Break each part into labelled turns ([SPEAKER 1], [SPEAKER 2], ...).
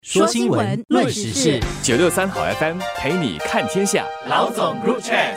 [SPEAKER 1] 说新闻，论时事
[SPEAKER 2] 963好 FM 陪你看天下。
[SPEAKER 1] 老总 Group Chat。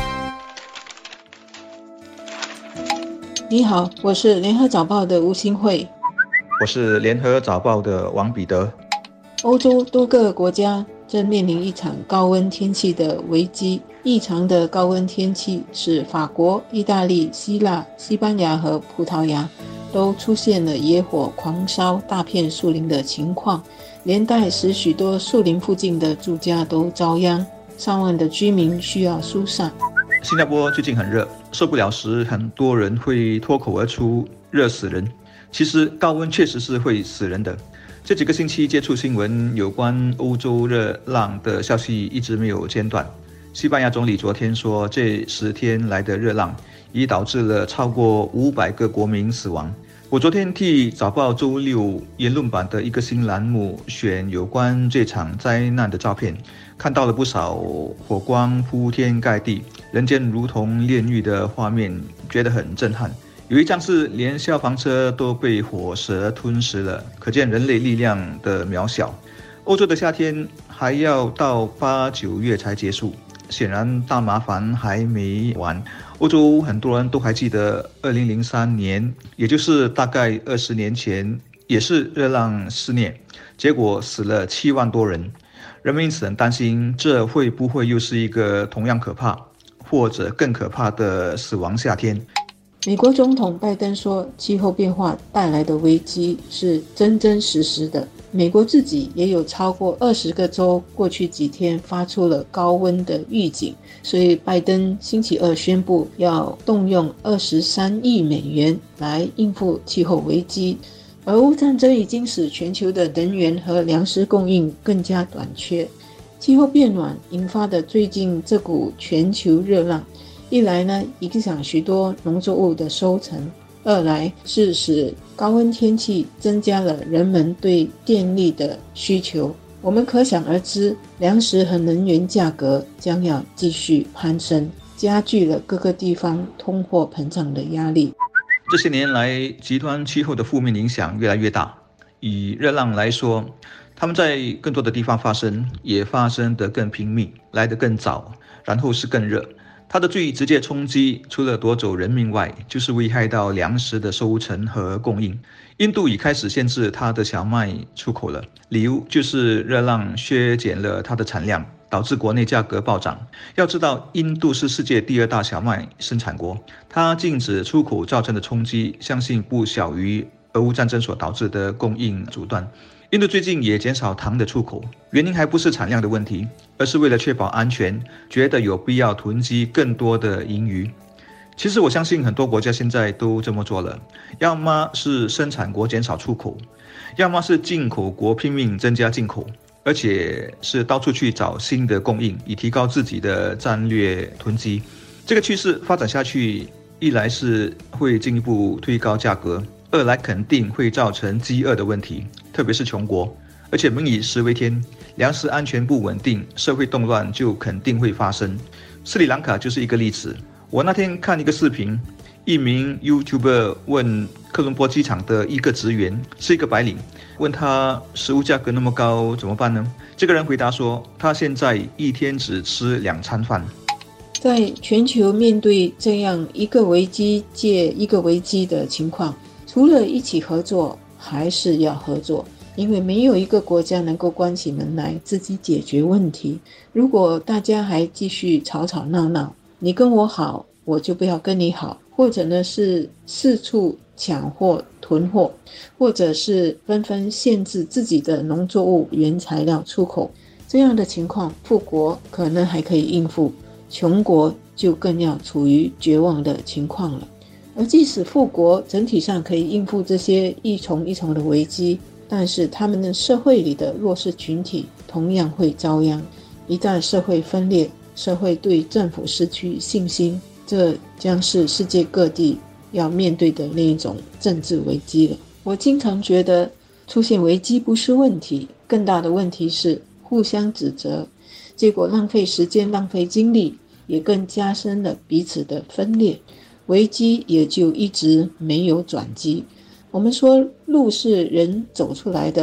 [SPEAKER 3] 你好，我是联合早报的吴新慧。
[SPEAKER 4] 我是联合早报的王彼得。
[SPEAKER 3] 欧洲多个国家正面临一场高温天气的危机。异常的高温天气使法国、意大利、希腊、西班牙和葡萄牙都出现了野火狂烧大片树林的情况，连带使许多树林附近的住家都遭殃，上万的居民需要疏散。
[SPEAKER 4] 新加坡最近很热，受不了时很多人会脱口而出热死人。其实高温确实是会死人的。这几个星期接触新闻有关欧洲热浪的消息一直没有间断。西班牙总理昨天说，这10天来的热浪已导致了超过500个国民死亡。我昨天替早报周六言论版的一个新栏目选有关这场灾难的照片，看到了不少火光铺天盖地，人间如同炼狱的画面，觉得很震撼。有一张是连消防车都被火蛇吞噬了，可见人类力量的渺小。欧洲的夏天还要到8、9月才结束，显然大麻烦还没完。欧洲很多人都还记得2003年，也就是大概20年前，也是热浪肆虐，结果死了7万多人。人们因此很担心，这会不会又是一个同样可怕或者更可怕的死亡夏天。
[SPEAKER 3] 美国总统拜登说，气候变化带来的危机是真真实实的。美国自己也有超过20个州过去几天发出了高温的预警，所以拜登星期二宣布要动用23亿美元来应付气候危机。俄乌战争已经使全球的能源和粮食供应更加短缺。气候变暖引发的最近这股全球热浪，一来呢，影响许多农作物的收成；二来是使高温天气增加了人们对电力的需求。我们可想而知，粮食和能源价格将要继续攀升，加剧了各个地方通货膨胀的压力。
[SPEAKER 4] 这些年来，极端气候的负面影响越来越大。以热浪来说，它们在更多的地方发生，也发生得更频密，来得更早，然后是更热。它的最直接冲击，除了夺走人命外，就是危害到粮食的收成和供应。印度已开始限制它的小麦出口了，理由就是热浪削减了它的产量，导致国内价格暴涨。要知道，印度是世界第2大小麦生产国，它禁止出口造成的冲击，相信不小于俄乌战争所导致的供应阻断。印度最近也减少糖的出口，原因还不是产量的问题，而是为了确保安全，觉得有必要囤积更多的银鱼。其实我相信很多国家现在都这么做了，要么是生产国减少出口，要么是进口国拼命增加进口，而且是到处去找新的供应，以提高自己的战略囤积。这个趋势发展下去，一来是会进一步推高价格，二来肯定会造成饥饿的问题，特别是穷国。而且民以食为天，粮食安全不稳定，社会动乱就肯定会发生。斯里兰卡就是一个例子。我那天看一个视频，一名 YouTuber 问科伦坡机场的一个职员，是一个白领，问他食物价格那么高怎么办呢？这个人回答说，他现在一天只吃2餐饭。
[SPEAKER 3] 在全球面对这样一个危机借一个危机的情况，除了一起合作，还是要合作，因为没有一个国家能够关起门来自己解决问题。如果大家还继续吵吵闹闹，你跟我好，我就不要跟你好，或者呢是四处抢货囤货，或者是纷纷限制自己的农作物原材料出口，这样的情况，富国可能还可以应付，穷国就更要处于绝望的情况了。而即使富国整体上可以应付这些一重一重的危机，但是他们的社会里的弱势群体同样会遭殃。一旦社会分裂，社会对政府失去信心，这将是世界各地要面对的另一种政治危机了。我经常觉得出现危机不是问题，更大的问题是互相指责，结果浪费时间浪费精力，也更加深了彼此的分裂，危机也就一直没有转机。我们说路是人走出来的，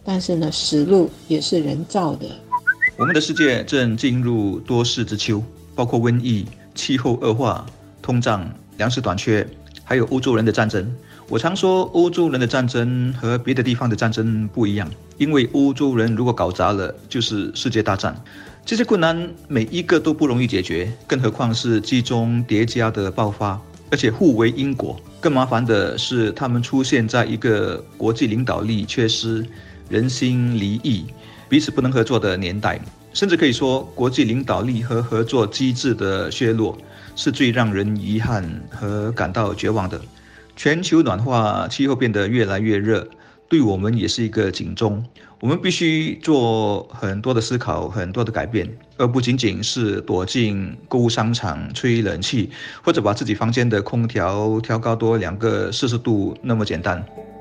[SPEAKER 3] 但是呢，死路也是人造的。
[SPEAKER 4] 我们的世界正进入多事之秋，包括瘟疫、气候恶化、通胀、粮食短缺，还有欧洲人的战争。我常说，欧洲人的战争和别的地方的战争不一样，因为欧洲人如果搞砸了，就是世界大战。这些困难每一个都不容易解决，更何况是集中叠加的爆发，而且互为因果。更麻烦的是，他们出现在一个国际领导力缺失、人心离异、彼此不能合作的年代，甚至可以说，国际领导力和合作机制的削弱是最让人遗憾和感到绝望的。全球暖化，气候变得越来越热，对我们也是一个警钟。我们必须做很多的思考，很多的改变，而不仅仅是躲进购物商场吹冷气，或者把自己房间的空调调高多2个摄氏度那么简单。